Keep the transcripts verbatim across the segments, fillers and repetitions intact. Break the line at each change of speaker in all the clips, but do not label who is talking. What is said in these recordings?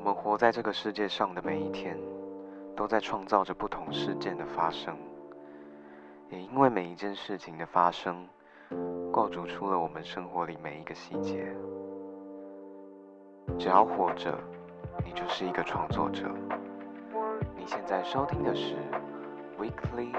们活在这个世界上的每一天，都在创造着不同事件的发生，也因为每一件事情的发生，构筑出了我们生活里每一个细节。只要活着，你就是一个创作者。你现在收听的是 Weekly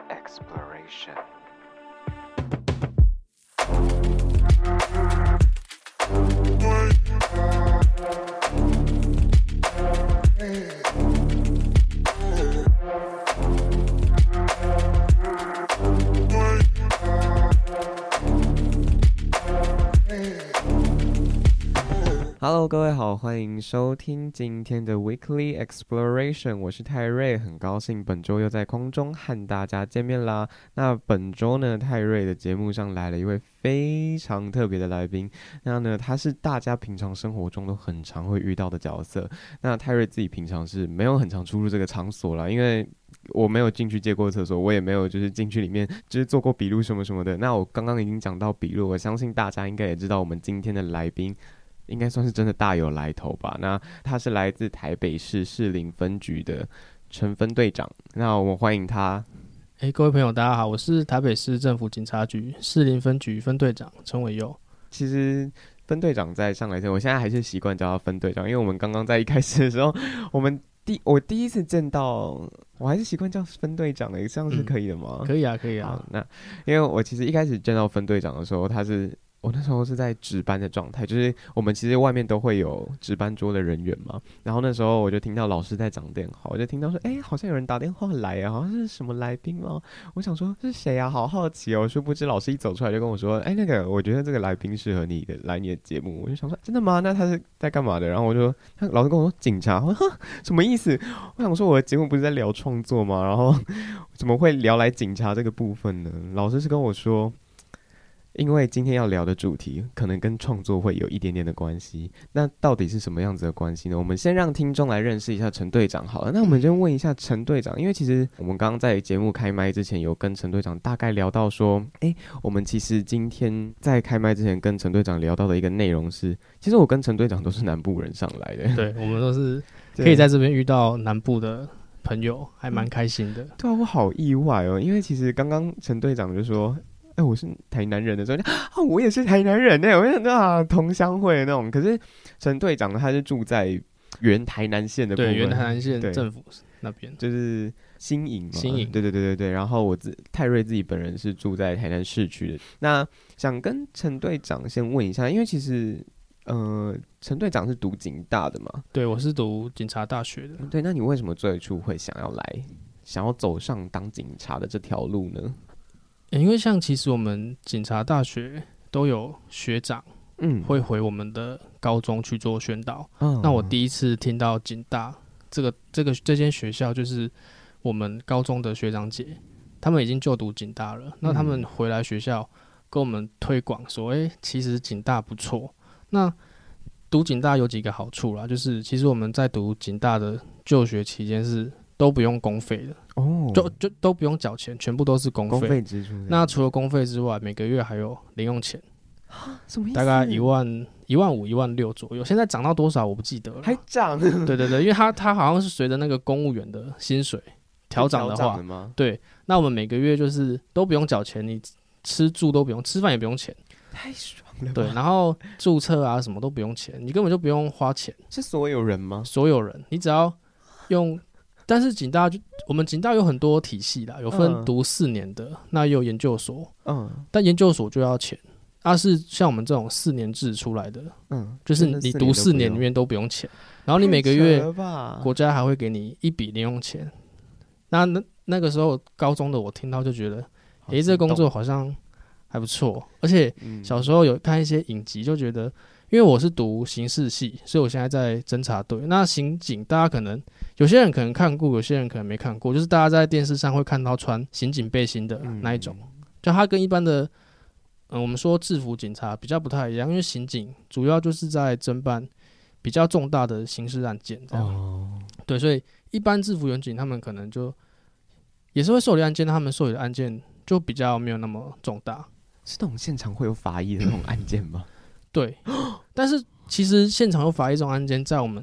Exploration。Hello， 各位好，欢迎收听今天的 Weekly Exploration， 我是泰瑞，很高兴本周又在空中和大家见面啦。那本周呢，泰瑞的节目上来了一位非常特别的来宾，那呢，他是大家平常生活中都很常会遇到的角色。那泰瑞自己平常是没有很常出入这个场所啦，因为我没有进去借过厕所，我也没有就是进去里面就是做过笔录什么什么的。那我刚刚已经讲到笔录，我相信大家应该也知道我们今天的来宾应该算是真的大有来头吧。那他是来自台北市士林分局的陈分队长，那我们欢迎他。
欸、各位朋友大家好，我是台北市政府警察局士林分局分队长陈伟佑。
其实分队长在上来前，我现在还是习惯叫他分队长，因为我们刚刚在一开始的时候，我们第我第一次见到，我还是习惯叫分队长的，这样是可以的吗？
嗯、可以啊，可以啊。
那因为我其实一开始见到分队长的时候，他是。我那时候是在值班的状态，就是我们其实外面都会有值班桌的人员嘛，然后那时候我就听到老师在讲电话，我就听到说，哎、欸，好像有人打电话来啊，好像是什么来宾吗？我想说是谁啊，好好奇哦。殊不知老师一走出来就跟我说，哎、欸，那个我觉得这个来宾适合你的来你的节目。我就想说真的吗？那他是在干嘛的？然后我就他老师跟我说警察，我说什么意思？我想说我的节目不是在聊创作吗？然后怎么会聊来警察这个部分呢？老师是跟我说，因为今天要聊的主题可能跟创作会有一点点的关系，那到底是什么样子的关系呢？我们先让听众来认识一下陈队长好了。那我们先问一下陈队长，因为其实我们刚刚在节目开麦之前有跟陈队长大概聊到说，哎，我们其实今天在开麦之前跟陈队长聊到的一个内容是，其实我跟陈队长都是南部人上来的，
对，我们都是可以在这边遇到南部的朋友，还蛮开心的。
对啊，我好意外哦，因为其实刚刚陈队长就说，哎、欸，我是台南人的时候，啊，我也是台南人呢，我想啊，同乡会那种。可是陈队长他是住在原台南县的部分，
对，原台南县政府那边，
就是新营嘛。
新营，
对对对对对。然后我自泰瑞自己本人是住在台南市区的。那想跟陈队长先问一下，因为其实呃，陈队长是读警大的嘛？
对，我是读警察大学的。
对，那你为什么最初会想要来，想要走上当警察的这条路呢？
因为像其实我们警察大学都有学长，嗯，会回我们的高中去做宣导。嗯，那我第一次听到警大这个这个这间学校，就是我们高中的学长姐，他们已经就读警大了。那他们回来学校跟我们推广说，哎、欸，其实警大不错。那读警大有几个好处啦，就是其实我们在读警大的就学期间是都不用公费的哦，就就都不用缴钱，全部都是公费。
公费支出。
那除了公费之外，每个月还有零用钱，
什么意思？
大概一万、一万五、一万六左右。现在涨到多少我不记得了。
还涨？
对对对，因为它它好像是随着那个公务员的薪水调涨的话，
吗？
对。那我们每个月就是都不用缴钱，你吃住都不用，吃饭也不用钱。
太爽了吧。
对，然后注册啊什么都不用钱，你根本就不用花钱。
是所有人吗？
所有人，你只要用。但是警大就我们警大有很多体系啦，有分读四年的，嗯、那也有研究所，嗯，但研究所就要钱。啊，是像我们这种四年制出来的，嗯，就是你读四年里面都不用钱，然后你每个月国家还会给你一笔零用钱。那那那个时候高中的我听到就觉得，哎、欸，这个工作好像还不错，而且小时候有看一些影集，就觉得，因为我是读刑事系，所以我现在在侦查队。那刑警大家可能有些人可能看过，有些人可能没看过，就是大家在电视上会看到穿刑警背心的那一种，嗯、就他跟一般的，嗯，我们说制服警察比较不太一样，因为刑警主要就是在侦办比较重大的刑事案件这样。哦，对，所以一般制服员警他们可能就也是会受理案件，他们受理的案件就比较没有那么重大。
是那种现场会有法医的那种案件吗？
对，但是其实现场有法医这种案件，在我们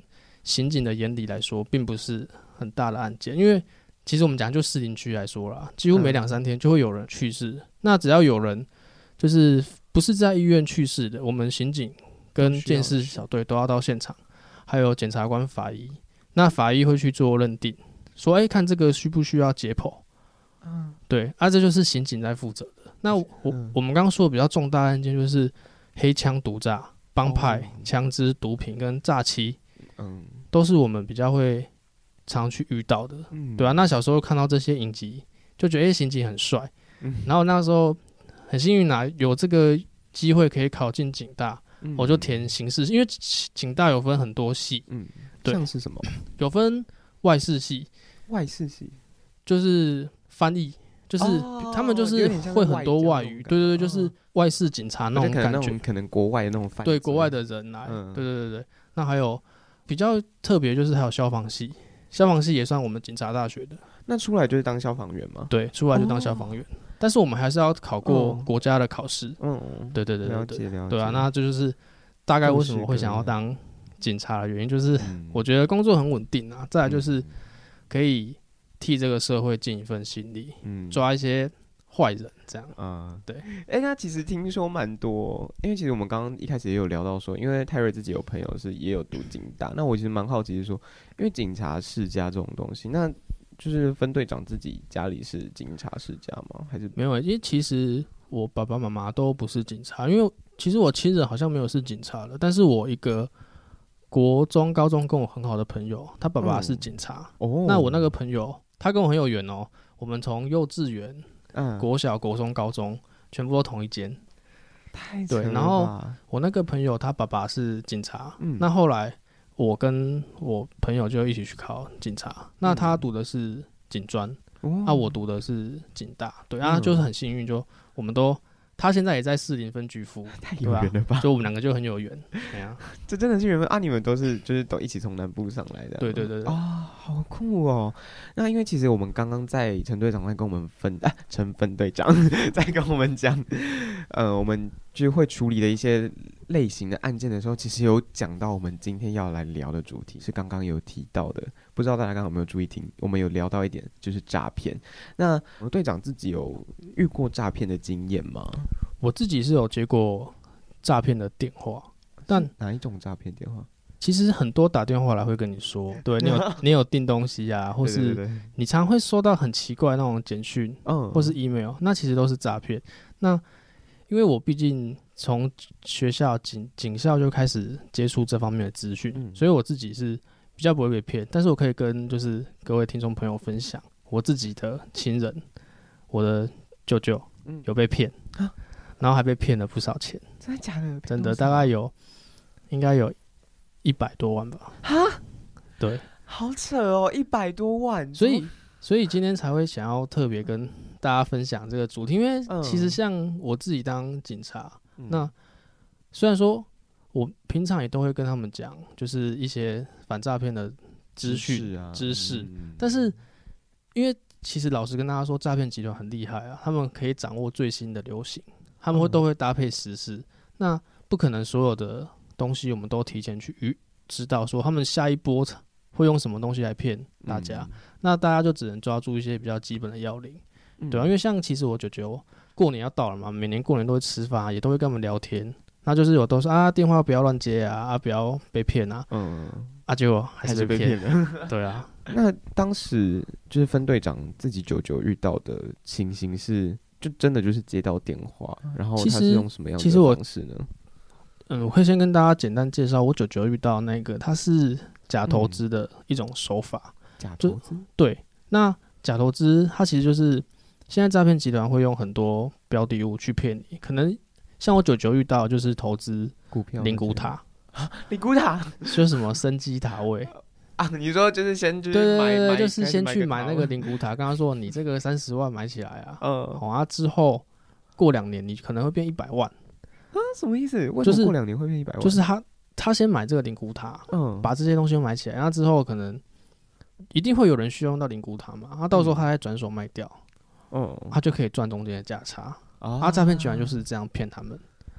刑警的眼里来说，并不是很大的案件，因为其实我们讲就士林区来说啦，几乎每两三天就会有人去世。嗯、那只要有人就是不是在医院去世的，我们刑警跟鉴识小队都要到现场，还有检察官、法医。那法医会去做认定，说，哎、欸，看这个需不需要解剖？嗯，对，啊，这就是刑警在负责的。那我、嗯、我们刚刚说的比较重大案件就是黑枪毒炸、帮派、枪支、毒品跟诈欺，嗯，都是我们比较会常去遇到的，嗯，对啊。那小时候看到这些影集，就觉得哎、欸，刑警很帅，嗯，然后那时候很幸运啊，有这个机会可以考进警大，嗯、我就填刑事，因为警大有分很多系，嗯，对，
像是什么？
有分外事系，
外事系
就是翻译。就是、哦、他们就是会很多外语，对对对，就是外事警察那种感觉，
可能可能国外的那种翻译，
对国外的人来，嗯、对对对对。那还有比较特别就是还有消防系，消防系也算我们警察大学的。
那出来就是当消防员吗？
对，出来就当消防员，哦、但是我们还是要考过国家的考试。嗯，对对对对对，对啊，那这就是大概为什么会想要当警察的原因，就是我觉得工作很稳定啊，再来就是可以替这个社会尽一份心力，嗯，抓一些坏人，这样，嗯，对。
哎、欸，那其实听说蛮多，因为其实我们刚刚一开始也有聊到说，因为泰瑞自己有朋友是也有读警大，那我其实蛮好奇是说，因为警察世家这种东西，那就是分队长自己家里是警察世家吗？还是
没有？因为其实我爸爸妈妈都不是警察，因为其实我亲人好像没有是警察的，但是我一个国中、高中跟我很好的朋友，他爸爸是警察。嗯、哦，那我那个朋友。他跟我很有缘哦，我们从幼稚园、嗯、国小、国中、高中全部都同一间，
太扯了吧。
对，然后我那个朋友他爸爸是警察，嗯、那后来我跟我朋友就一起去考警察，嗯、那他读的是警专，那、哦啊、我读的是警大，对，啊，就是很幸运，就我们都。他现在也在士林分局服务，
太有缘了吧？
就我们两个就很有缘，对啊，
这真的是缘分啊！你们都是就是都一起从南部上来的，
对对对对，
啊、哦，好酷哦！那因为其实我们刚刚在陈队长在跟我们分啊，陈分队长在跟我们讲，呃，我们就会处理的一些类型的案件的时候，其实有讲到我们今天要来聊的主题是刚刚有提到的，不知道大家刚刚有没有注意听？我们有聊到一点就是诈骗。那队长自己有遇过诈骗的经验吗？
我自己是有接过诈骗的电话，但
哪一种诈骗电话？
其实很多打电话来会跟你说，对你有你有订东西啊，或是你常会收到很奇怪那种简讯，嗯，或是 email， 那其实都是诈骗。那因为我毕竟从学校警警校就开始接触这方面的资讯，嗯，所以我自己是比较不会被骗。但是我可以跟就是各位听众朋友分享，我自己的亲人，我的舅舅有被骗。嗯然后还被骗了不少钱，
真的假的？
真的，大概有，应该有一百多万吧。
哈，
对，
好扯哦，一百多万。
所以，所以今天才会想要特别跟大家分享这个主题，因为其实像我自己当警察，嗯、那虽然说我平常也都会跟他们讲，就是一些反诈骗的资讯、知识、啊嗯，但是因为其实老实跟大家说，诈骗集团很厉害啊，他们可以掌握最新的流行。他们会都会搭配时事，嗯、那不可能所有的东西我们都提前去预知道，说他们下一波会用什么东西来骗大家，嗯、那大家就只能抓住一些比较基本的要领，嗯、对吧、啊？因为像其实我舅舅过年要到了嘛，每年过年都会吃饭，也都会跟我们聊天，那就是我都说啊，电话不要乱接啊，啊不要被骗啊，嗯，啊结果还是被骗了，对啊。
那当时就是分队长自己舅舅遇到的情形是。就真的就是接到电话，然后他是用什么样的方式呢？
嗯，我会先跟大家简单介绍我舅舅遇到那个，他是假投资的一种手法。
假投资？
对，那假投资它其实就是现在诈骗集团会用很多标的物去骗你，可能像我舅舅遇到就是投资
股票
灵骨塔，
灵骨塔
就是什么生机塔位。
啊，你说就是先就是
对对对，
买
就是先去买那个灵骨塔，跟他说你这个三十万买起来啊，嗯，好啊，之后过两年你可能会变一百万
啊，什么意思？为什么过两年会变一百万？
就是他他先买这个灵骨塔，嗯，把这些东西都买起来，然后之后可能一定会有人需要用到灵骨塔嘛，他到时候他再转手卖掉，嗯，他就可以赚中间的价差。啊，诈骗集团就是这样骗他们。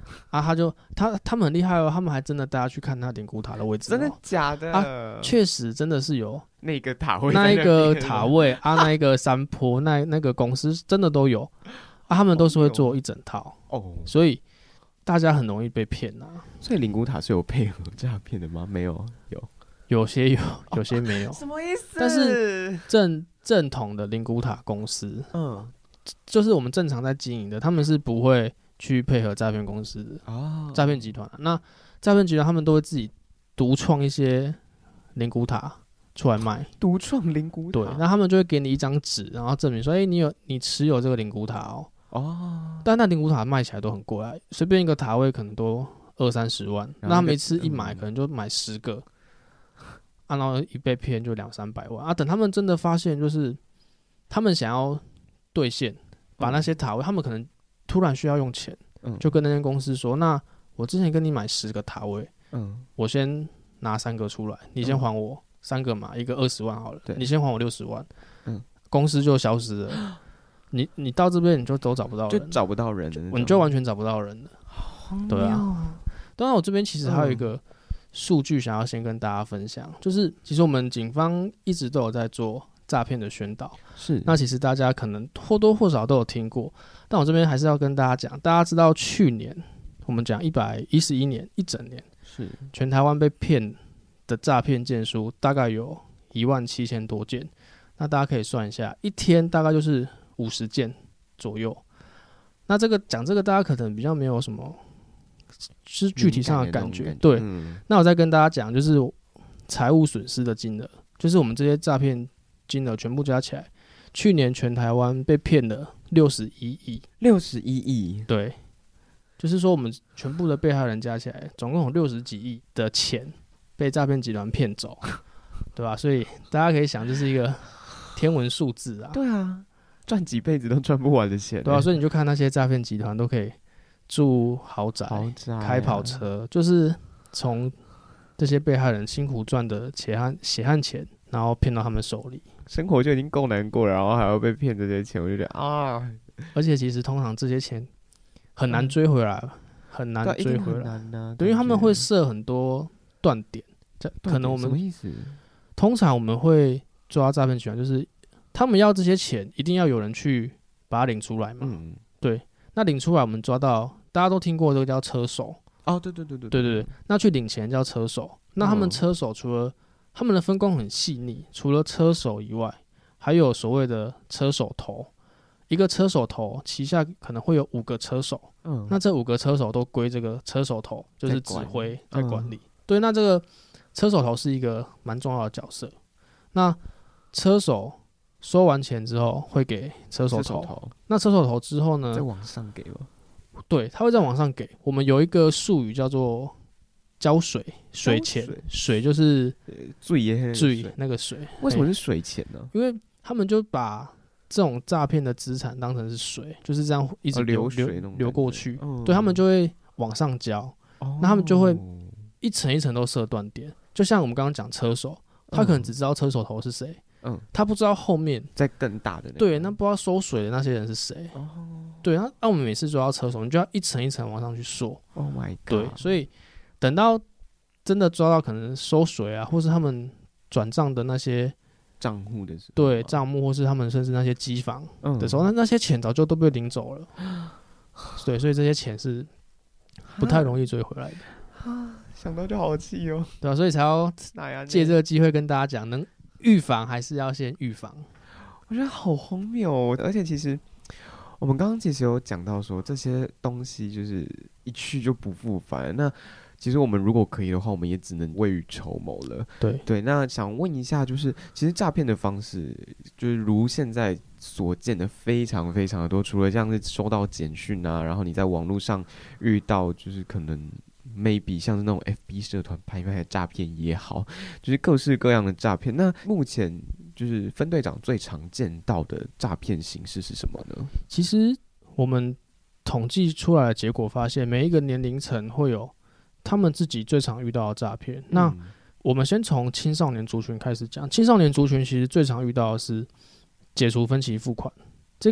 啊，他就他他们很厉害哦，他们还真的带他去看他灵骨塔的位置、哦，
真的假的？
啊，确实真的是有
那个塔位，
那一个塔位啊，那一个山坡，那那个公司真的都有啊，他们都是会做一整套哦，所以大家很容易被骗啊。
所以灵骨塔是有配合诈骗的吗？没有，有
有些有，有些没有。
哦、什么意思？
但是正正统的灵骨塔公司，嗯，就是我们正常在经营的，他们是不会去配合诈骗公司的哦，诈骗集团、啊。那诈骗集团他们都会自己独创一些灵骨塔出来卖，
独创灵骨塔。
对，那他们就会给你一张纸，然后证明说，哎、欸，你有你持有这个灵骨塔哦。哦，但那灵骨塔卖起来都很贵啊，随便一个塔位可能都二三十万，那他每次一买可能就买十个，啊，然后一被骗就两三百万啊。等他们真的发现，就是他们想要兑现，把那些塔位，他们可能突然需要用钱，就跟那间公司说，那我之前跟你买十个塔位，嗯，我先拿三个出来，你先还我三个嘛，一个二十万好了，你先还我六十万，嗯，公司就消失了。你你到这边你就都找不到人，
就找不到人了，
你就完全找不到人了。对啊，当然我这边其实还有一个数据想要先跟大家分享，就是其实我们警方一直都有在做诈骗的宣导，是那其实大家可能或多或少都有听过，但我这边还是要跟大家讲，大家知道去年我们讲一百一十一年一整年，是全台湾被骗的诈骗件数大概有一万七千多件，那大家可以算一下，一天大概就是五十件左右。那这个讲这个，大家可能比较没有什么是具体上的感觉。感觉对、嗯，那我再跟大家讲，就是财务损失的金额，就是我们这些诈骗金额全部加起来，去年全台湾被骗了六十一亿。
六十一亿，
对，就是说我们全部的被害人加起来，总共有六十几亿的钱被诈骗集团骗走，对吧？所以大家可以想，这是一个天文数字啊。
对啊。赚几辈子都赚不完的钱、欸，
对啊，所以你就看那些诈骗集团都可以住豪宅、豪宅啊、开跑车，就是从这些被害人辛苦赚的血汗血汗钱，然后骗到他们手里，
生活就已经够难过了，然后还要被骗这些钱，我就觉得啊，
而且其实通常这些钱很难追回来，嗯、很难追回来，
啊、
对，因为他们会设很多断点，可能我们
什么意思？
通常我们会抓诈骗集团，就是他们要这些钱，一定要有人去把它领出来嘛。嗯，对。那领出来，我们抓到，大家都听过这个叫车手。
哦，对对对对
对对对。那去领钱叫车手。那他们车手除了、嗯、他们的分工很细腻，除了车手以外，还有所谓的车手头。一个车手头旗下可能会有五个车手。嗯。那这五个车手都归这个车手头，就是指挥在管理。嗯、对，那这个车手头是一个蛮重要的角色。那车手收完钱之后会给车手 头, 车手头，那车手头之后呢？
再往上给吗？
对，他会再往上给。我们有一个术语叫做浇水，水钱，水, 水就是
水
水那个水。
为什么是水钱呢？
因为他们就把这种诈骗的资产当成是水，就是这样一直流、哦、流流过去。嗯、对，他们就会往上浇、哦，那他们就会一层一层都设断点。就像我们刚刚讲车手，他可能只知道车手头是谁。嗯，他不知道后面
在更大的那个，
对，那不知道收水的那些人是谁？哦，对，那那我们每次抓到车手，你就要一层一层往上去溯。
Oh my god！
对，所以等到真的抓到可能收水啊，或是他们转账的那些
账户的时候，
对，账目或是他们甚至那些机房的时候，嗯、那那些钱早就都被领走了。对，所以这些钱是不太容易追回来的。
想到就好气哦。
对啊，所以才要借这个机会跟大家讲，能预防还是要先预防。
我觉得好荒谬哦，而且其实我们刚刚其实有讲到说这些东西就是一去就不复返。那其实我们如果可以的话，我们也只能未雨绸缪了。
对
对，那想问一下，就是其实诈骗的方式，就是如现在所见的非常非常的多，除了像是收到简讯啊，然后你在网络上遇到就是可能maybe 像是那种 F B 社团拍卖的诈骗也好，就是各式各样的诈骗。那目前就是分队长最常见到的诈骗形式是什么呢？
其实我们统计出来的结果发现，每一个年龄层会有他们自己最常遇到的诈骗。嗯、那我们先从青少年族群开始讲。青少年族群其实最常遇到的是解除分期付款，这个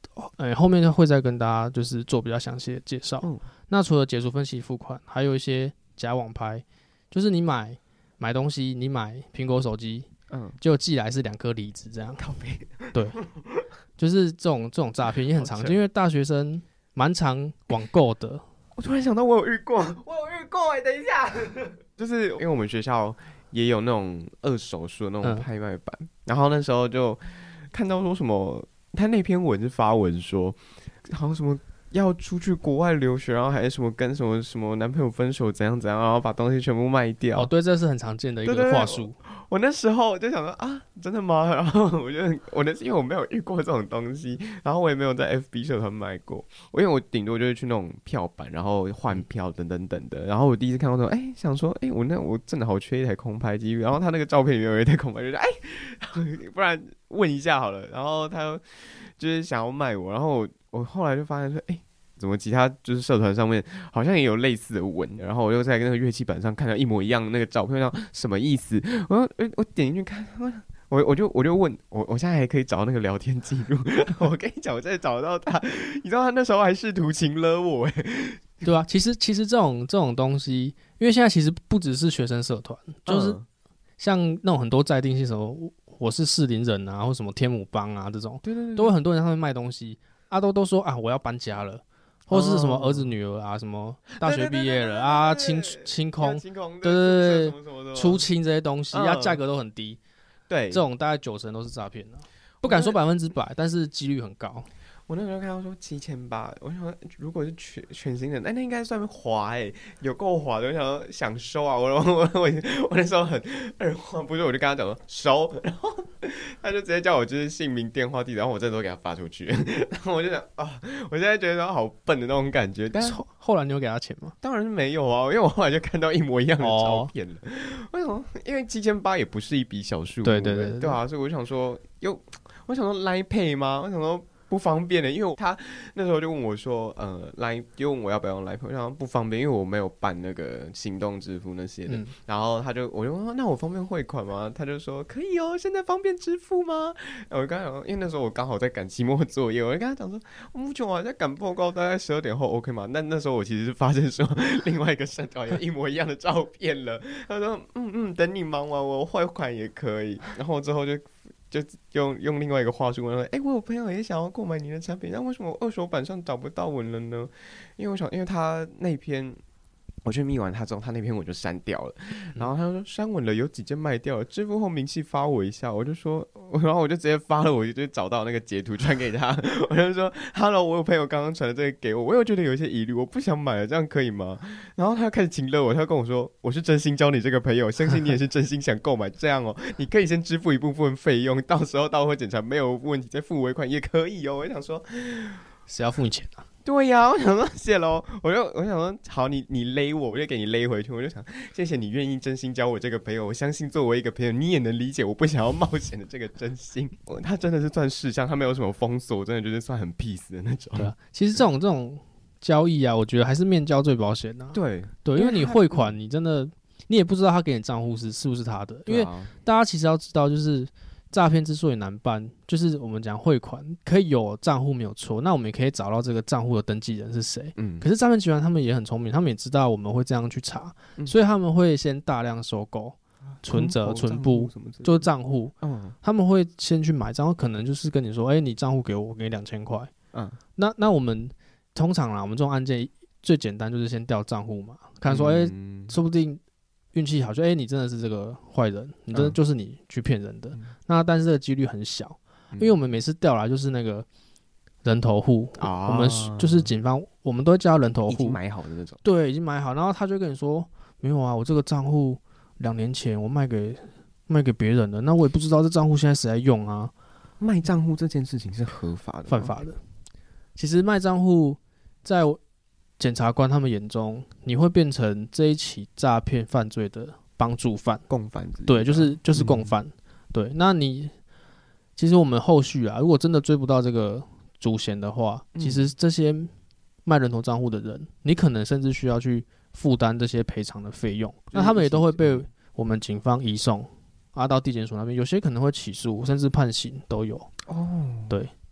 呃，后面会再跟大家就是做比较详细的介绍。
嗯、
那除了解除分期付款，还有一些假网拍，就是你买买东西，你买苹果手机，嗯，就寄来是两颗梨子这样。对，就是这种这种诈骗也很常见，因为大学生蛮常网购的。
我突然想到，我有遇过，我有遇过哎、欸，等一下，就是因为我们学校也有那种二手书的那种拍卖版，嗯、然后那时候就看到说什么，他那篇文是发文说，好像什么要出去国外留学，然后还是什么跟什么什么男朋友分手怎样怎样，然后把东西全部卖掉。
哦，对，这是很常见的一个话术。
我那时候就想说啊，真的吗？然后我就我那因为我没有遇过这种东西，然后我也没有在 F B 社团买过，因为我顶多就是去那种票版，然后换票等等等的。然后我第一次看到说，哎、欸，想说，哎、欸，我那我真的好缺一台空拍机，然后他那个照片里面有一台空拍，就说，哎、欸，不然问一下好了。然后他就是想要卖我，然后我我后来就发现说，哎、欸。怎么其他就是社团上面好像也有类似的文，然后我又在那个乐器板上看到一模一样的那个照片，上什么意思？我我点进去看，我我就我就问我，我现在还可以找到那个聊天记录。我跟你讲，我真的找到他，你知道他那时候还试图情勒我，哎，
对啊，其实其实这种这种东西，因为现在其实不只是学生社团，就是像那种很多在定性什么，我是士林人啊，或什么天母帮啊这种，
对对对，
都会很多人他们卖东西，啊都都说啊我要搬家了。或是什么儿子女儿啊，什么大学毕业了啊，清清空，对对对，出清这些东西，它价格都很低，
对，
这种大概九成都是诈骗的，不敢说百分之百，但是几率很高。
我那时候看到说七千八，我想说如果是全全新的，那那应该算滑哎、欸，有够滑的。我想说想收啊，我我我我那时候很二话不说，我就跟他讲说收，然后他就直接叫我就是姓名、电话、地址，然后我真的都给他发出去。然后我就想啊，我现在觉得他好笨的那种感觉。但是
后来你有给他钱吗？
当然是没有啊，因为我后来就看到一模一样的照片了。为什么？因为七千八也不是一笔小数目，
对对 对, 对,
对, 对啊，所以我想说，又我想说 Line Pay 吗？我想说。不方便的，因为他那时候就问我说，呃，来就问我要不要用 Line Pay， 我想不方便，因为我没有办那个行动支付那些的。嗯、然后他就我就说，那我方便汇款吗？他就说可以哦，现在方便支付吗？我就跟他讲，因为那时候我刚好在赶期末作业，我就跟他讲说，我目前我还在赶报告，大概十二点后 OK 吗？那那时候我其实是发现说，另外一个社团有一模一样的照片了。他说，嗯嗯，等你忙完我汇款也可以。然后之后就。就用用另外一个话术问说，哎、欸，我有朋友也想要购买你的产品，那为什么我二手版上找不到文了呢？因为我想，因为他那篇我去密完他之后，他那篇我就删掉了，然后他说删文了，有几件卖掉了，支付后明细发我一下，我就说，然后我就直接发了，我就找到那个截图传给他，我就说 ，Hello， 我有朋友刚刚传的这个给我，我又觉得有一些疑虑，我不想买了，这样可以吗？然后他开始情勒我，他跟我说，我是真心交你这个朋友，相信你也是真心想购买，这样哦，你可以先支付一部分费用，到时候到会检查没有问题再付尾款也可以哦。我想说，
谁要付你钱啊？
对呀、啊，我想说谢喽，我就我想说好，你你勒我，我就给你勒回去。我就想谢谢你愿意真心交我这个朋友，我相信作为一个朋友，你也能理解我不想要冒险的这个真心。他真的是算事项，他没有什么封锁，我真的觉得算很 peace 的那种。
对啊，其实这种这种交易啊，我觉得还是面交最保险啊。
对
对，因为你汇款，你真的你也不知道他给你账户是是不是他的，因为大家其实要知道就是。诈骗之所以难办，就是我们讲汇款可以有账户没有错，那我们也可以找到这个账户的登记人是谁。嗯，可是诈骗集团他们也很聪明，他们也知道我们会这样去查，嗯、所以他们会先大量收购存折、存簿，就是账户。嗯，他们会先去买账户，可能就是跟你说，哎、欸，你账户给我，我给你两千块。嗯，那那我们通常啦，我们这种案件最简单就是先调账户嘛，看说，哎、嗯欸，说不定。运气好，就哎、欸，你真的是这个坏人，你真的就是你去骗人的。嗯、那但是这个几率很小，嗯、因为我们每次调来就是那个人头户，啊、我们就是警方，我们都会叫人头户，已
经买好的那种。
对，已经买好，然后他就跟你说，没有啊，我这个账户两年前我卖给卖给别人了，那我也不知道这账户现在谁在用啊。
卖账户这件事情是合法的，
犯法的。其实卖账户在检察官他们眼中，你会变成这一起诈骗犯罪的帮助犯、
共犯，
对，就是就是共犯。嗯、对，那你其实我们后续啊，如果真的追不到这个主嫌的话，嗯、其实这些卖人头账户的人，你可能甚至需要去负担这些赔偿的费用。那他们也都会被我们警方移送啊到地检署那边，有些可能会起诉，甚至判刑都有。哦，对。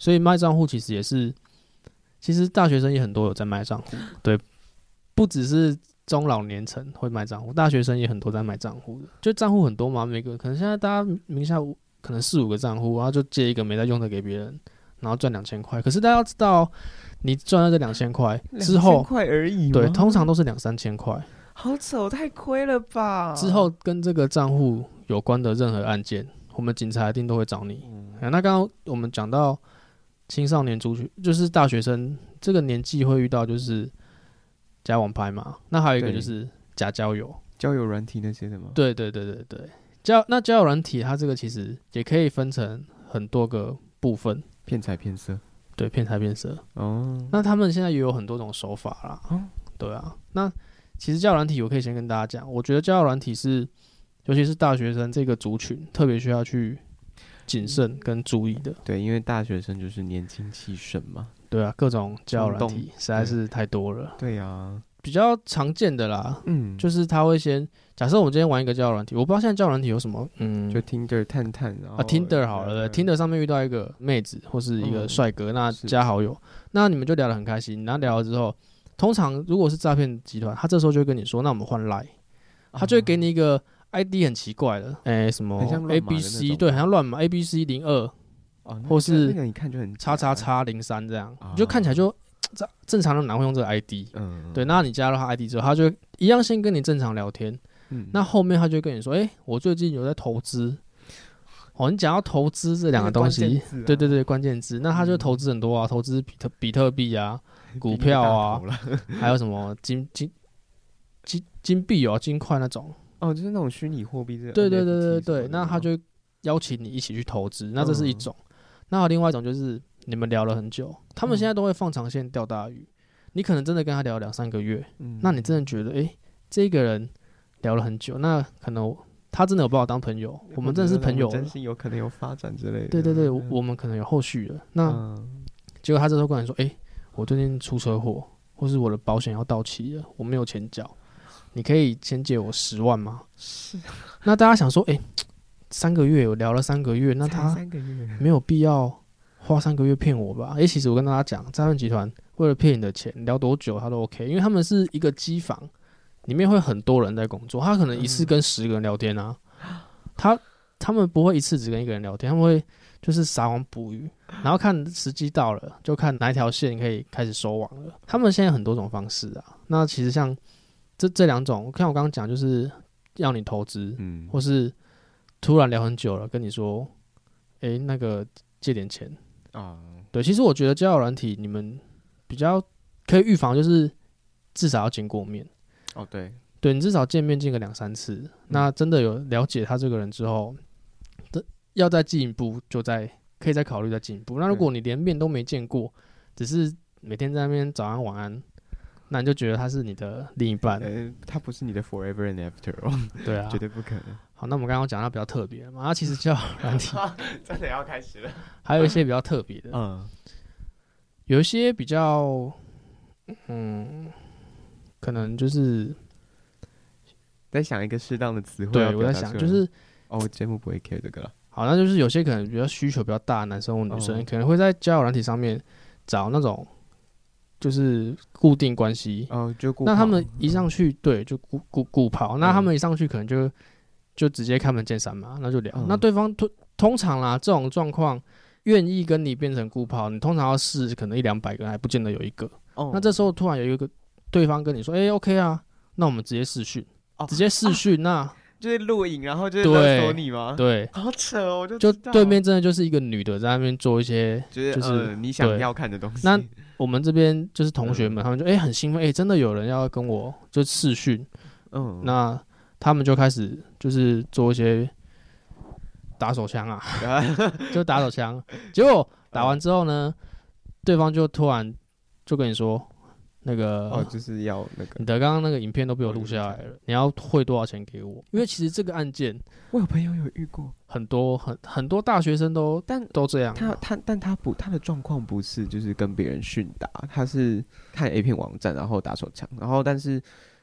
所以卖账户其实也是，其实大学生也很多有在卖账户，对，不只是中老年层会卖账户，大学生也很多在卖账户的。就账户很多嘛，每个可能现在大家名下可能四五个账户，然后就借一个没在用的给别人，然后赚两千块。可是大家要知道，你赚了这两千块之后，
两千块而已吗？
对，通常都是两三千块。
好丑，太亏了吧！
之后跟这个账户有关的任何案件，我们警察一定都会找你。嗯啊、那刚刚我们讲到青少年族群，就是大学生这个年纪会遇到就是假网拍嘛，那还有一个就是假交友、
交友软体那些的吗？
对对对对对，交那交友软体它这个其实也可以分成很多个部分，
骗财骗色，
对，骗财骗色。
哦，
那他们现在也有很多种手法啦。哦、对啊，那。其实交友软体，我可以先跟大家讲，我觉得交友软体是，尤其是大学生这个族群，特别需要去谨慎跟注意的。
对，因为大学生就是年轻气盛嘛。
对啊，各种交友软体实在是太多了。
对啊，
比较常见的啦，
嗯，
就是他会先假设我们今天玩一个交友软体，我不知道现在交友软体有什么，嗯，
就 Tinder 探探，然后
啊 Tinder 好了、嗯、，Tinder 上面遇到一个妹子或是一个帅哥，嗯、那加好友，那你们就聊得很开心，然后聊了之后。通常如果是诈骗集团，他这时候就会跟你说：“那我们换 Line。”他就会给你一个 I D 很奇怪的，哎、欸，什么 A B C， 对，很像乱码 A B C 零二，或是叉叉叉零三这样，你就看起来就正常人哪会用这个 I D？ 嗯，对，那你加入他 I D 之后，他就一样先跟你正常聊天，嗯，那后面他就会跟你说：“哎、欸，我最近有在投资。”哦，你讲到投资这两个东西，啊、对对对，关键字，那他就投资很多啊，投资比特比特币啊。股票啊，还有什么金金金金币哦、金块那种
哦，就是那种虚拟货币这个。
对对对对对，那他就邀请你一起去投资，那这是一种。嗯、那还有另外一种就是你们聊了很久，他们现在都会放长线钓大鱼，你可能真的跟他聊两三个月，嗯、那你真的觉得哎、欸，这个人聊了很久，那可能他真的有把我当朋友，我们真的是朋友，
真心有可能有发展之类的。
对对对，嗯、我们可能有后续了。那、嗯、结果他这时候跟你说，哎、欸。我最近出车祸，或是我的保险要到期了，我没有钱缴，你可以先借我十万吗？是。那大家想说，哎、欸，三个月我聊了三个月，那他没有必要花三个月骗我吧？哎、欸，其实我跟大家讲，诈骗集团为了骗你的钱，聊多久他都 OK， 因为他们是一个机房，里面会很多人在工作，他可能一次跟十个人聊天啊，嗯、他他们不会一次只跟一个人聊天，他们会。就是撒网捕鱼，然后看时机到了，就看哪一条线可以开始收网了。他们现在很多种方式啊，那其实像这这两种，看我刚刚讲，就是要你投资，嗯，或是突然聊很久了，跟你说，哎、欸，那个借点钱啊，对，其实我觉得交友软体你们比较可以预防，就是至少要见过面。
哦，对，
对你至少见面见个两三次，嗯、那真的有了解他这个人之后。要再进一步，就再可以再考虑再进一步。那如果你连面都没见过，只是每天在那边早安晚安，那你就觉得他是你的另一半。
呃，他不是你的 forever and after 哦。
对啊，
绝对不可能。
好，那我们刚刚讲到比较特别嘛，那其实叫软体，
真的要开始了。
还有一些比较特别的，嗯，有一些比较，嗯，可能就是
在想一个适当的词汇。
对，我在想就是。
哦，节目不会 care 这个了。
好，那就是有些可能比较需求比较大的男生或女生，哦、可能会在交友软体上面找那种就是固定关系。
哦，就固。
那他们一上去，嗯、对，就固固固跑。那他们一上去可能就就直接开门见山嘛，那就聊。嗯、那对方通通常啦，这种状况愿意跟你变成固跑，你通常要试可能一两百个，还不见得有一个。哦。那这时候突然有一个对方跟你说：“哎、欸、，OK 啊，那我们直接视讯，哦、直接视讯。啊”那
就是录影，然后就是勒索你吗？
对，
好扯哦！我就
就对面真的就是一个女的在那边做一些，
就是、
就是、
呃、你想要看的东西。
那我们这边就是同学们，嗯、他们就哎、欸、很兴奋，哎、欸、真的有人要跟我就视讯，嗯，那他们就开始就是做一些打手枪啊，就打手枪。结果打完之后呢，对方就突然就跟你说。那个
哦，就是要那个
你的刚刚那个影片都被我录下来了，你要汇多少钱给我？因为其实这个案件，
我有朋友有遇过，
很多很很多大学生都但都这样。
他他但他不他的状况不是就是跟别人训打，他是看 A 片网站然后打手枪，然后但是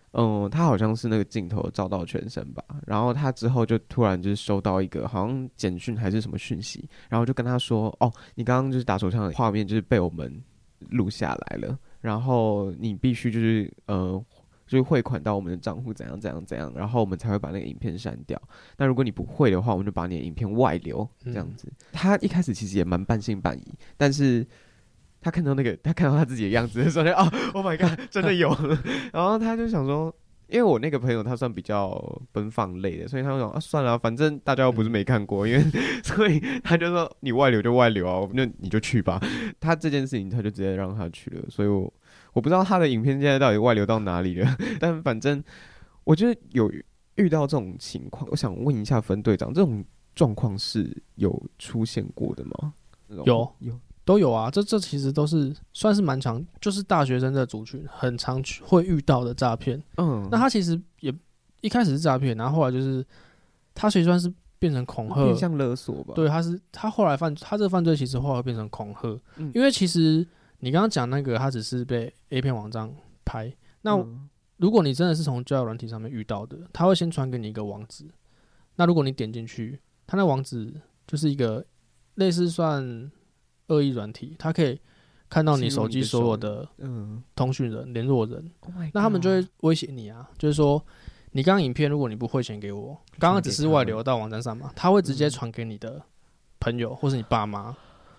嗯，他好像是那个镜头照到全身吧，然后他之后就突然就是收到一个好像简讯还是什么讯息，然后就跟他说，哦，你刚刚就是打手枪的画面就是被我们录下来了，然后你必须就是呃就是汇款到我们的账户怎样怎样怎样，然后我们才会把那个影片删掉。那如果你不会的话，我们就把你的影片外流这样子。嗯、他一开始其实也蛮半信半疑，但是。他看到那个，他看到他自己的样子的时候就，啊 ，Oh my god， 真的有了。然后他就想说，因为我那个朋友他算比较奔放类的，所以他就想啊，算了，反正大家又不是没看过，因为所以他就说你外流就外流啊，那你就去吧。他这件事情他就直接让他去了，所以我我不知道他的影片现在到底外流到哪里了，但反正我觉得有遇到这种情况，我想问一下分队长，这种状况是有出现过的吗？
有
有。
都有啊，这这其实都是算是蛮常，就是大学生的族群很常会遇到的诈骗。嗯，那他其实也一开始是诈骗，然后后来就是他其实算是变成恐吓，
变相勒索吧。
对，他是他后来犯他这个犯罪其实后来变成恐吓，嗯、因为其实你刚刚讲那个他只是被 A 片网站拍，那、嗯、如果你真的是从交友软体上面遇到的，他会先传给你一个网址，那如果你点进去，他那网址就是一个类似算。恶意软体，他可以看到你手机所有的通讯人、联络人，
oh、
那他们就会威胁你啊，就是说你刚刚影片，如果你不汇钱给我，刚刚只是外流到网站上嘛，他会直接传给你的朋友、嗯、或是你爸妈。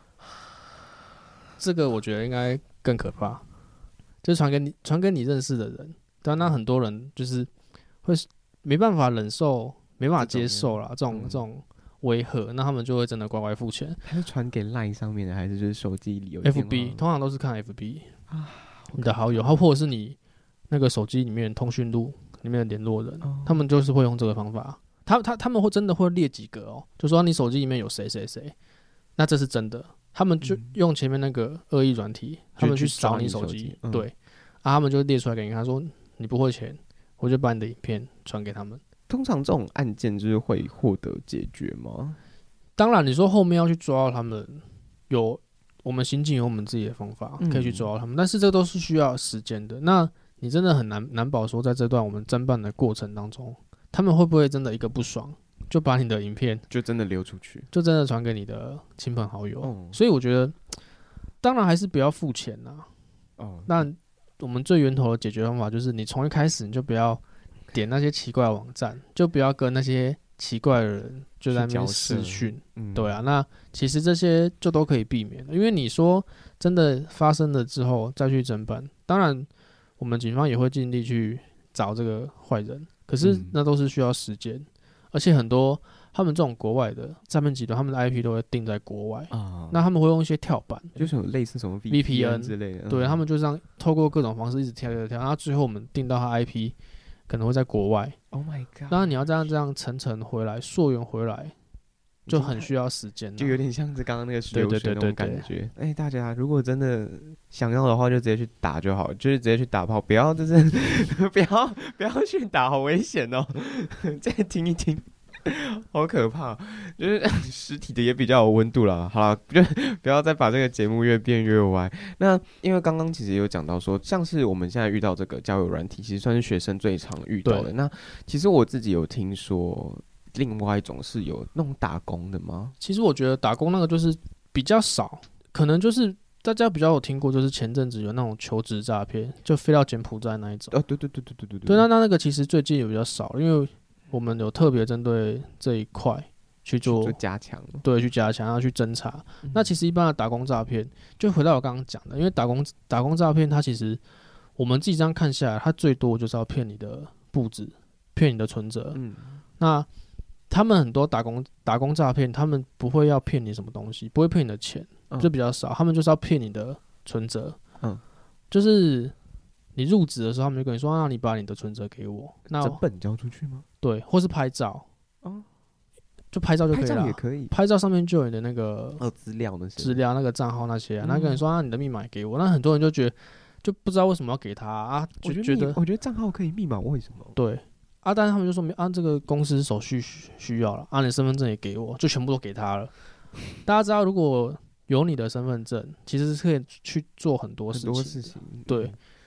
这个我觉得应该更可怕，就是传给你传给你认识的人，但那很多人就是会没办法忍受、没办法接受啦，这种、嗯、这种。威吓，那他们就会真的乖乖付钱。
他是传给 LINE 上面的，还是就是手机里有
F B？ 通常都是看 F B 啊，你的好友，或者是你那个手机里面通讯录里面的联络人、哦，他们就是会用这个方法。他他他们会真的会列几个哦，就说你手机里面有谁谁谁，那这是真的。他们就用前面那个恶意软体、嗯，他们去找你手机，嗯、对，啊，他们就列出来给你看，说你不汇钱，我就把你的影片传给他们。
通常这种案件就是会获得解决吗？
当然，你说后面要去抓到他们，有我们刑警有我们自己的方法可以去抓到他们，嗯、但是这都是需要时间的。那你真的很难难保说，在这段我们侦办的过程当中，他们会不会真的一个不爽，就把你的影片
就真的流出去，
就真的传给你的亲朋好友？嗯、所以我觉得，当然还是不要付钱啦。哦，那我们最源头的解决方法就是，你从一开始你就不要。点那些奇怪的网站，就不要跟那些奇怪的人就在那边视讯、嗯，对啊，那其实这些就都可以避免了，因为你说真的发生了之后再去侦办，当然我们警方也会尽力去找这个坏人，可是那都是需要时间、嗯，而且很多他们这种国外的诈骗集团，他们的 I P 都会定在国外啊，那他们会用一些跳板，
就是有类似什么 V P N 之类的，
对、嗯、他们就这样透过各种方式一直跳跳跳，然后最后我们定到他 I P。可能会在国外
，Oh my god！
当然你要这样这样层层回来，溯源回来，就很需要时间、啊，
就有点像是刚刚那个流水那种感觉。哎、欸，大家如果真的想要的话，就直接去打就好，就是直接去打炮，不要就是不要不要去打，好危险哦！再听一听。好可怕，就是实体的也比较有温度啦。好啦，就不要再把这个节目越变越歪。那因为刚刚其实有讲到说，像是我们现在遇到这个交友软体，其实算是学生最常遇到的。那其实我自己有听说，另外一种是有那种打工的吗？
其实我觉得打工那个就是比较少，可能就是大家比较有听过，就是前阵子有那种求职诈骗，就飞到柬埔寨那一种。
哦，对对对对对对对。
对，那那那个其实最近也比较少，因为我们有特别针对这一块去做
去加强，
对，去加强，要去侦查、嗯。那其实一般的打工诈骗，就回到我刚刚讲的，因为打工打工诈骗，它其实我们自己这样看下来，它最多就是要骗你的簿子，骗你的存折。嗯，那他们很多打工打工诈骗，他们不会要骗你什么东西，不会骗你的钱，就比较少，他们就是要骗你的存折。嗯，就是你入职的时候，他们就跟你说，让、啊、你把你的存折给我，那
整本交出去吗？
对，或是拍照，嗯，就拍照就可以了。
拍照也可以，
拍照上面就有你的那个
呃资料那些
资料，那个账号那些啊。嗯、那跟你说，啊，你的密码给我，那很多人就觉得就不知道为什么要给他啊，就觉得
我觉得账号可以，密码为什么？
对啊，但是他们就说，啊，这个公司手续需要了，啊，你身份证也给我，就全部都给他了。大家知道，如果有你的身份证，其实是可以去做很多事情，
很多事情，
对。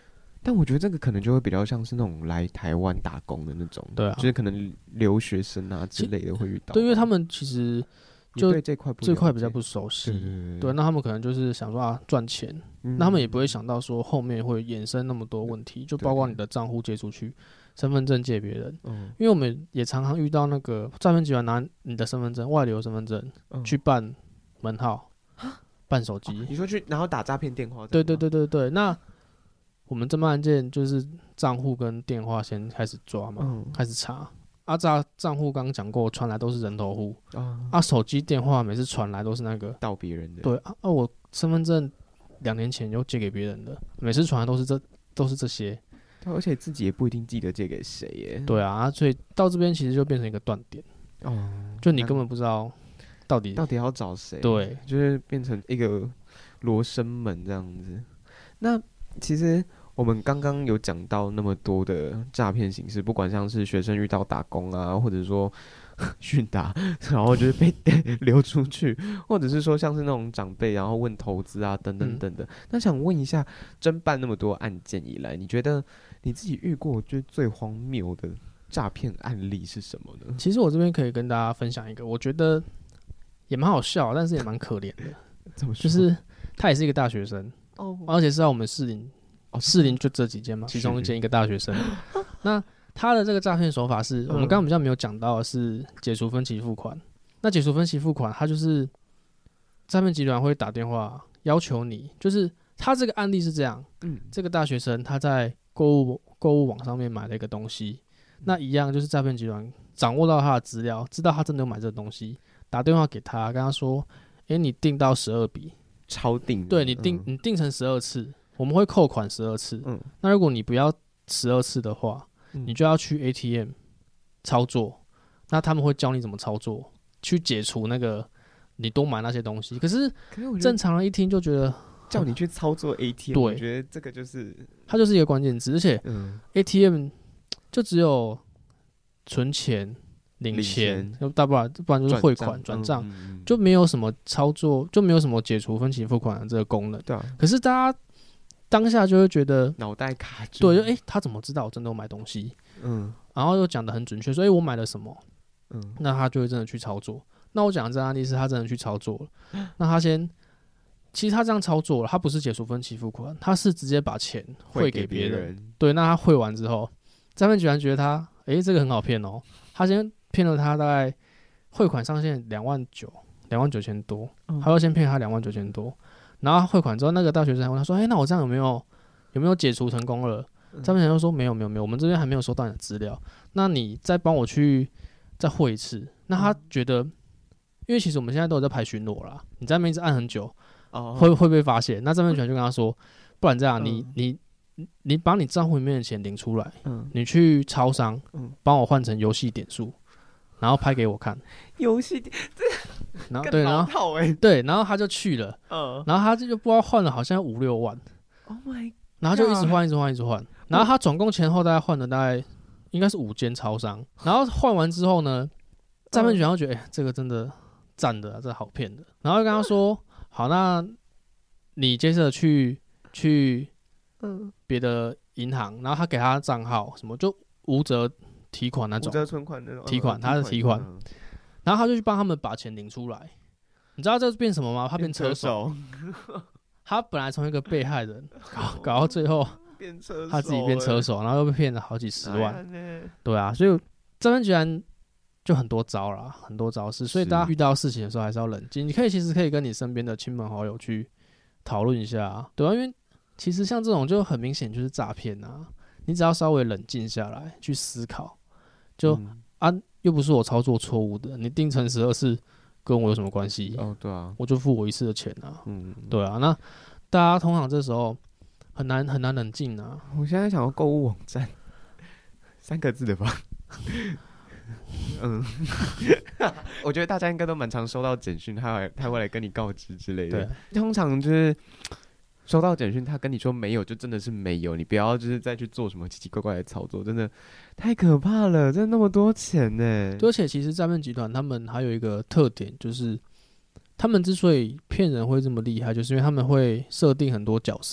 但我觉得这个可能就会比较像是那种来台湾打工的那种，
对啊，
就是可能留学生啊之类的会遇到。
对，因为他们其实就
对这块
这块比较不熟悉，
对, 对, 对,
对，那他们可能就是想说啊赚钱、嗯，那他们也不会想到说后面会衍生那么多问题，就包括你的账户借出去，身份证借别人，嗯，因为我们也常常遇到那个诈骗集团拿你的身份证、外流身份证、嗯、去办门号、办手机、
哦，你说去然后打诈骗电话，
对对对对对，那。我们侦办案件就是账户跟电话先开始抓嘛，嗯、开始查。啊，账账户刚刚讲过，传来都是人头户、哦。啊，手机电话每次传来都是那个
盗别人的。
对啊，啊，我身份证两年前又借给别人的，每次传来都是这都是这些。
对，而且自己也不一定记得借给谁耶。
对啊，所以到这边其实就变成一个断点。哦。就你根本不知道到底
到底要找谁。
对，
就是变成一个罗生门这样子。那其实。我们刚刚有讲到那么多的诈骗形式，不管像是学生遇到打工啊，或者说训打，然后就是被流出去，或者是说像是那种长辈然后问投资啊等等等等、嗯。那想问一下，侦办那么多案件以来，你觉得你自己遇过就是最荒谬的诈骗案例是什么呢？
其实我这边可以跟大家分享一个，我觉得也蛮好笑，但是也蛮可怜的。
怎么说？
就是他也是一个大学生，哦，而且是在我们士林。哦，士林就这几间嘛，其中一间一个大学生。那他的这个诈骗手法是、嗯、我们刚刚比较没有讲到的是解除分期付款。那解除分期付款，他就是诈骗集团会打电话要求你，就是他这个案例是这样，嗯，这个大学生他在购物购物网上面买了一个东西，那一样就是诈骗集团掌握到他的资料，知道他真的有买这个东西，打电话给他，跟他说，哎、欸，你订到十二笔，
超订，
对你订、嗯、你订成十二次。我们会扣款十二次、嗯，那如果你不要十二次的话、嗯，你就要去 A T M 操作，那他们会教你怎么操作，去解除那个你多买那些东西。可是正常人一听就觉得
叫你去操作 A T M，
对，
我觉得这个就是
它就是一个关键字，而且 A T M 就只有存钱、领钱，要大不然不然就是汇款、转账、嗯，就没有什么操作，就没有什么解除分期付款的这个功能。
对、啊，
可是大家当下就会觉得
脑袋卡住，
对，就哎、欸，他怎么知道我真的有买东西？嗯，然后又讲得很准确，所以、欸、我买了什么？嗯，那他就会真的去操作。那我讲的这个案例是他真的去操作了。那他先，其实他这样操作了，他不是解除分期付款，他是直接把钱汇给别人，人。对，那他汇完之后，诈骗集团觉得他，哎、欸，这个很好骗哦。他先骗了他大概汇款上限两万九，两万九千多，嗯、他要先骗他两万九千多。然后汇款之后，那个大学生还问他说：“哎、欸，那我这样有没有有没有解除成功了？”诈骗集团就说：“没有，没有，没有，我们这边还没有收到你的资料。那你再帮我去再汇一次。”那他觉得，因为其实我们现在都有在排巡逻啦，你在那边一直按很久，哦、会会被发现。那诈骗集团就跟他说：“不然这样，你你你把你账户里面的钱领出来，嗯、你去超商帮我换成游戏点数，然后拍给我看。”
游戏点这。
然后对，然后、欸、对，然后他就去了，嗯，然后他就不知道换了好像五六万
，Oh my，
然后就一直换，一直换，一直换，然后他总共前后大概换了大概应该是五间超商，然后换完之后呢，诈骗集团就觉得哎、欸，这个真的赞的、啊，这个好骗的，然后就跟他说，好，那你接着去去嗯别的银行，然后他给他账号什么就无责提款那种，
无责存款那种
提款，他的提款。嗯，然后他就去帮他们把钱领出来，你知道这变什么吗？他变车手。他本来从一个被害人搞搞到最后，
变车手，
他自己变车手，然后又被骗了好几十万。对啊，所以诈骗集团就很多招啦，很多招式。所以大家遇到事情的时候还是要冷静。你可以其实可以跟你身边的亲朋好友去讨论一下、啊，对啊，因为其实像这种就很明显就是诈骗啊。你只要稍微冷静下来去思考，就、嗯、啊。又不是我操作错误的，你定成十二次跟我有什么关系？
哦，对啊，
我就付我一次的钱啊。嗯，对啊，那大家通常这时候很难很难冷静啊。
我现在想要购物网站，三个字的吧。嗯，我觉得大家应该都蛮常收到简讯，他他会来跟你告知之类的。对，通常就是收到简讯，他跟你说没有，就真的是没有，你不要就是再去做什么奇奇怪怪的操作，真的太可怕了，真的那么多钱呢。
而且其实诈骗集团他们还有一个特点，就是他们之所以骗人会这么厉害，就是因为他们会设定很多角色，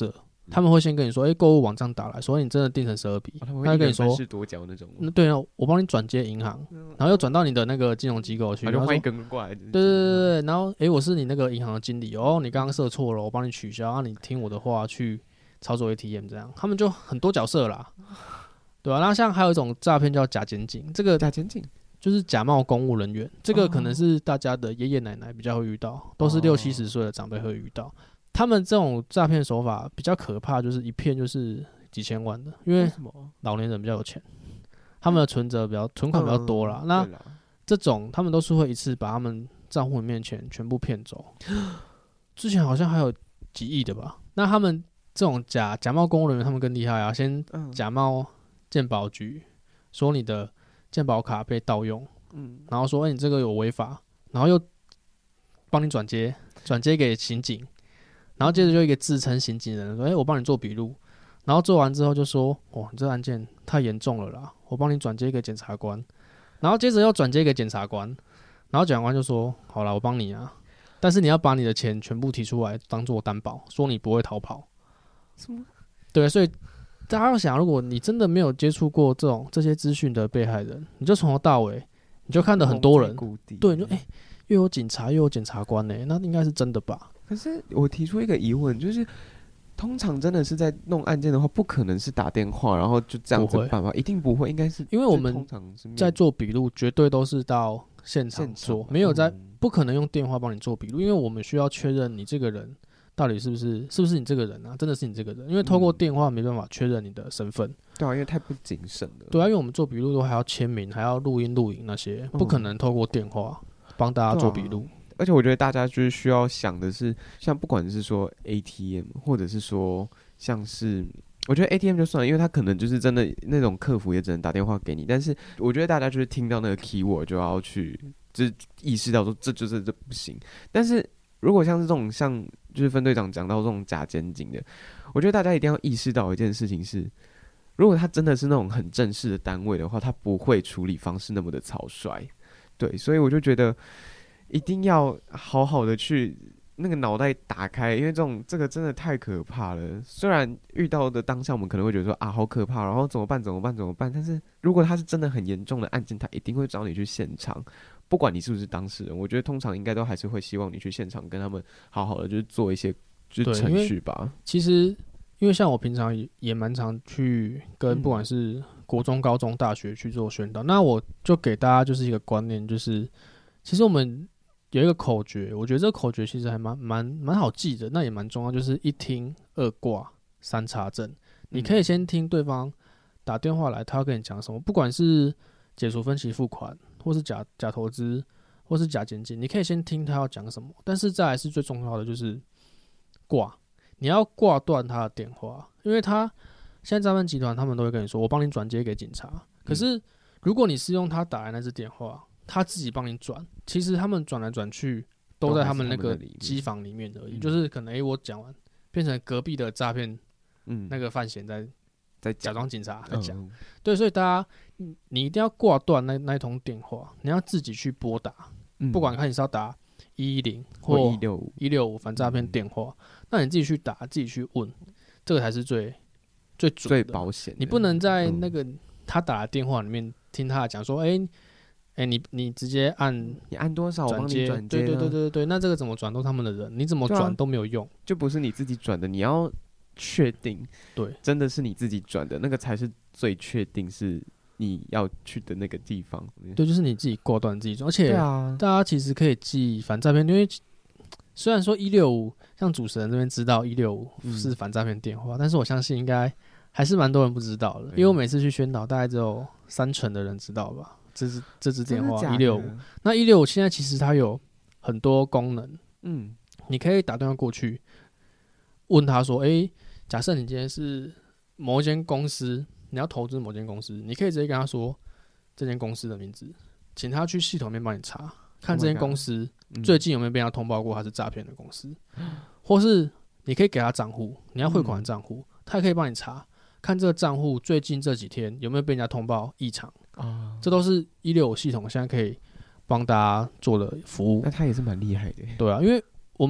他们会先跟你说，哎、欸，购物网站打来，说你真的订成十二笔，
哦、他,
他会跟你说
一人多缴那种。
嗯，对啊，我帮你转接银行，然后又转到你的那个金融机构去，
他就换一个人过来。对
对对对对，然后哎、欸，我是你那个银行的经理哦，你刚刚设错了，我帮你取消，啊，你听我的话去操作 A T M， 这样他们就很多角色啦，对啊，那像还有一种诈骗叫假检警，这个
假检警。
就是假冒公务人员，这个可能是大家的爷爷奶奶比较会遇到，都是六七十岁的长辈会遇到。他们这种诈骗手法比较可怕，就是一骗就是几千万的，因为老年人比较有钱，他们的存折比较存款比较多啦。嗯、那这种他们都是会一次把他们账户里面钱全部骗走。之前好像还有几亿的吧？那他们这种假假冒公务人员，他们更厉害啊！先假冒健保局，说你的健保卡被盗用，嗯，然后说，欸，你这个有违法，然后又帮你转接，转接给刑警，然后接着就一个自称刑警人说，欸，我帮你做笔录，然后做完之后就说，哦，你这个案件太严重了啦，我帮你转接给检察官，然后接着又转接给检察官，然后检察官就说，好啦，我帮你啊，但是你要把你的钱全部提出来当做担保，说你不会逃跑。什么？对，所以大家要想，如果你真的没有接触过这种这些资讯的被害人，你就从头到尾，你就看到很多人，对，你就哎、欸，又有警察又有检察官呢、欸，那应该是真的吧？
可是我提出一个疑问，就是通常真的是在弄案件的话，不可能是打电话然后就这样子办法，一定不会，应该是
因为我们在做笔录，绝对都是到现场做，没有在、嗯、不可能用电话帮你做笔录，因为我们需要确认你这个人。到底是不是是不是你这个人啊？真的是你这个人，因为透过电话没办法确认你的身份、嗯。
对啊，因为太不谨慎了。
对啊，因为我们做笔录都还要签名，还要录音录影那些，不可能透过电话帮大家做笔录、
啊。而且我觉得大家就是需要想的是，像不管是说 A T M， 或者是说像是，我觉得 A T M 就算了，因为他可能就是真的那种客服也只能打电话给你。但是我觉得大家就是听到那个 keyword 就要去，就是意识到说这就是这不行。但是如果像是这种像就是分队长讲到这种假检警的，我觉得大家一定要意识到一件事情是，如果他真的是那种很正式的单位的话，他不会处理方式那么的草率。对，所以我就觉得一定要好好的去那个脑袋打开，因为这种这个真的太可怕了。虽然遇到的当下我们可能会觉得说啊好可怕，然后怎么办怎么办怎么办，但是如果他是真的很严重的案件，他一定会找你去现场。不管你是不是当事人，我觉得通常应该都还是会希望你去现场跟他们好好的就是做一些就是程序吧。
其实因为像我平常也蛮常去跟不管是国中、高中、大学去做宣导，嗯、那我就给大家就是一个观念，就是其实我们有一个口诀，我觉得这个口诀其实还蛮蛮蛮好记的，那也蛮重要，就是一听、二挂、三查证。你可以先听对方打电话来，他要跟你讲什么，不管是解除分期付款。或是假假投资，或是假检警，你可以先听他要讲什么，但是再来是最重要的就是挂，你要挂断他的电话，因为他现在诈骗集团他们都会跟你说，我帮你转接给警察。可是如果你是用他打来那支电话，他自己帮你转，其实他们转来转去都在他们那个机房里面而已，就是可能哎、欸、我讲完变成隔壁的诈骗，嗯，那个范闲在。在假装警察在讲、嗯，对，所以大家你一定要挂断那那一通电话，你要自己去拨打，嗯、不管看你是要打一一零或
一六五
一六五反诈骗电话、嗯，那你自己去打，自己去问，这个才是最最准的、
最保险。
你不能在那个他打的电话里面听他讲说，哎、欸、哎、欸，你你直接按
你按多少，我帮你转接，
对对对对对，那这个怎么转都他们的人，你怎么转都没有用、啊，
就不是你自己转的，你要。确定，
对，
真的是你自己转的那个才是最确定是你要去的那个地方。
对，就是你自己挂断自己转，而且大家其实可以记反诈骗，因为虽然说一六五像主持人这边知道一六五是反诈骗电话、嗯，但是我相信应该还是蛮多人不知道的，因为我每次去宣导，大概只有三成的人知道吧。这支这支电话一六五，那一六五现在其实它有很多功能，嗯，你可以打电话过去问他说，哎、欸。假设你今天是某一间公司，你要投资某间公司，你可以直接跟他说这间公司的名字，请他去系统里面帮你查，看这间公司最近有没有被他通报过他是诈骗的公司、嗯，或是你可以给他账户，你要汇款的账户、嗯，他也可以帮你查，看这个账户最近这几天有没有被人家通报异常、啊，这都是一六五系统现在可以帮大家做的服务。
那他也是蛮厉害的，
对啊，因为我们。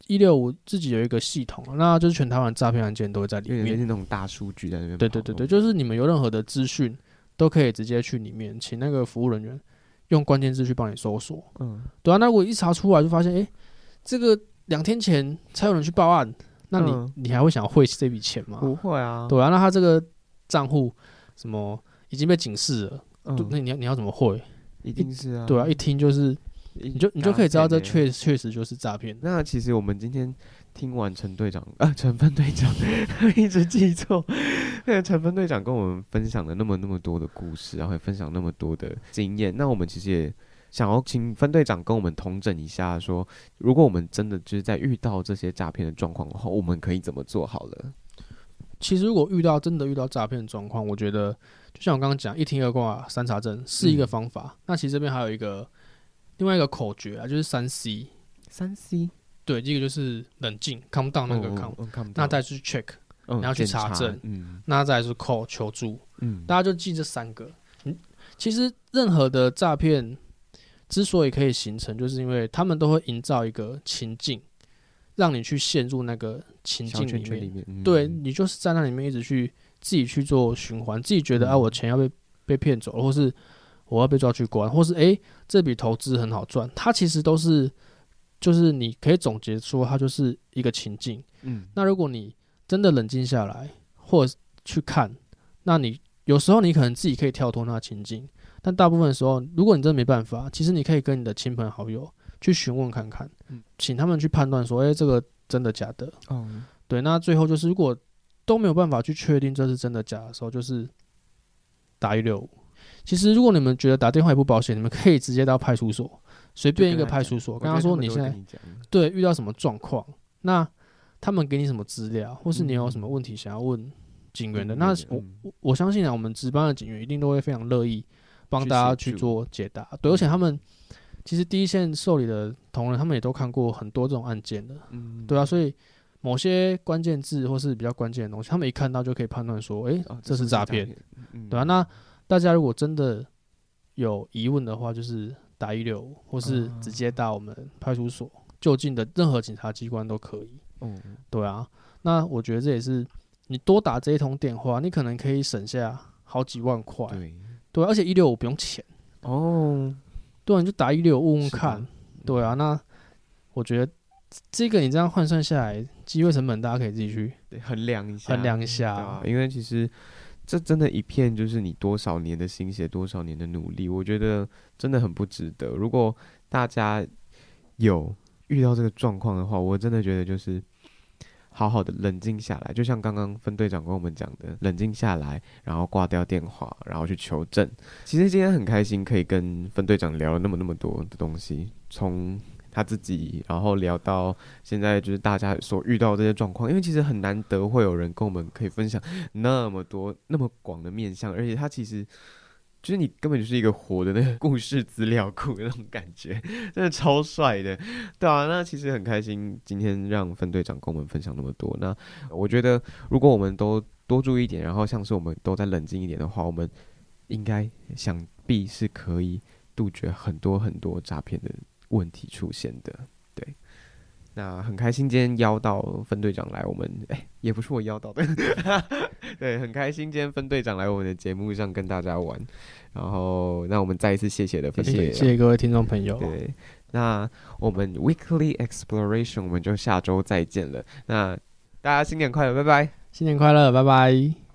一六五自己有一个系统，那就是全台湾诈骗案件都会在里面，
有点那种大数据在那边。
对对对对，就是你们有任何的资讯都可以直接去里面，请那个服务人员用关键字去帮你搜索。嗯，对啊，那如果一查出来就发现，哎、欸，这个两天前才有人去报案，那你、嗯、你还会想要汇这笔钱吗？
不会啊。
对啊，那他这个账户什么已经被警示了，嗯、那你要你要怎么汇？
一定是啊。
对啊，一听就是。你就你就可以知道这确确实就是诈骗。
那其实我们今天听完陈队长啊，陈分队长一直记错，那个陈分队长跟我们分享了那么那么多的故事，然后也分享那么多的经验。那我们其实也想要请分队长跟我们统整一下说，说如果我们真的就是在遇到这些诈骗的状况的话，我们可以怎么做好了？
其实如果遇到真的遇到诈骗的状况，我觉得就像我刚刚讲，一听二挂三查证是一个方法。嗯、那其实这边还有一个。另外一个口诀啊，就是三 C，
三 C，
对，这个就是冷静 ，calm down 那个 calm，、哦哦、那再是 check，、嗯、然后去查证，嗯，那再是 call 求助，嗯，大家就记这三个。嗯，其实任何的诈骗之所以可以形成，就是因为他们都会营造一个情境，让你去陷入那个情境里面，
圈圈里面嗯、
对你就是在那里面一直去自己去做循环，自己觉得、嗯、啊，我钱要被被骗走了，或是。我要被抓去关，或是哎、欸，这笔投资很好赚，它其实都是，就是你可以总结说，它就是一个情境。嗯，那如果你真的冷静下来，或者去看，那你有时候你可能自己可以跳脱那个情境，但大部分的时候，如果你真的没办法，其实你可以跟你的亲朋好友去询问看看，嗯、请他们去判断说，哎、欸，这个真的假的？哦，对，那最后就是如果都没有办法去确定这是真的假的时候，就是打一六五。其实，如果你们觉得打电话也不保险，你们可以直接到派出所，随便一个派出所，跟他说你现在对遇到什么状况，那他们给你什么资料，或是你有什么问题想要问警员的，嗯、那我、嗯、我相信啊，我们值班的警员一定都会非常乐意帮大家去做解答。对，而且他们其实第一线受理的同仁，他们也都看过很多这种案件的，嗯，对啊，所以某些关键字或是比较关键的东西，他们一看到就可以判断说，哎、欸哦，这是诈骗，嗯、对啊，那。大家如果真的有疑问的话，就是打一六五，或是直接到我们派出所就近的任何警察机关都可以。嗯，对啊。那我觉得这也是你多打这一通电话，你可能可以省下好几万块。对，对，而且一六五不用钱。哦，对，你就打一六五问问看。对啊，那我觉得这个你这样换算下来，机会成本大家可以自己去
衡量一下，
衡量一下。
对啊，因为其实。这真的一片就是你多少年的心血，多少年的努力，我觉得真的很不值得。如果大家有遇到这个状况的话，我真的觉得就是好好的冷静下来，就像刚刚分队长跟我们讲的，冷静下来，然后挂掉电话，然后去求证。其实今天很开心可以跟分队长聊了那么那么多的东西，从他自己，然后聊到现在就是大家所遇到的这些状况，因为其实很难得会有人跟我们可以分享那么多那么广的面向，而且他其实就是你根本就是一个活的那个故事资料库的那种感觉，真的超帅的，对啊。那其实很开心今天让分队长跟我们分享那么多。那我觉得如果我们都多注意一点，然后像是我们都再冷静一点的话，我们应该想必是可以杜绝很多很多诈骗的问题出现的。对，那很开心今天邀到分队长来，我们哎、欸、也不是我邀到的，对，很开心今天分队长来我们的节目上跟大家玩，然后那我们再一次谢谢的分享，
谢谢各位听众朋友。
对，那我们 Weekly Exploration 我们就下周再见了，那大家新年快乐，拜拜，
新年快乐，拜拜。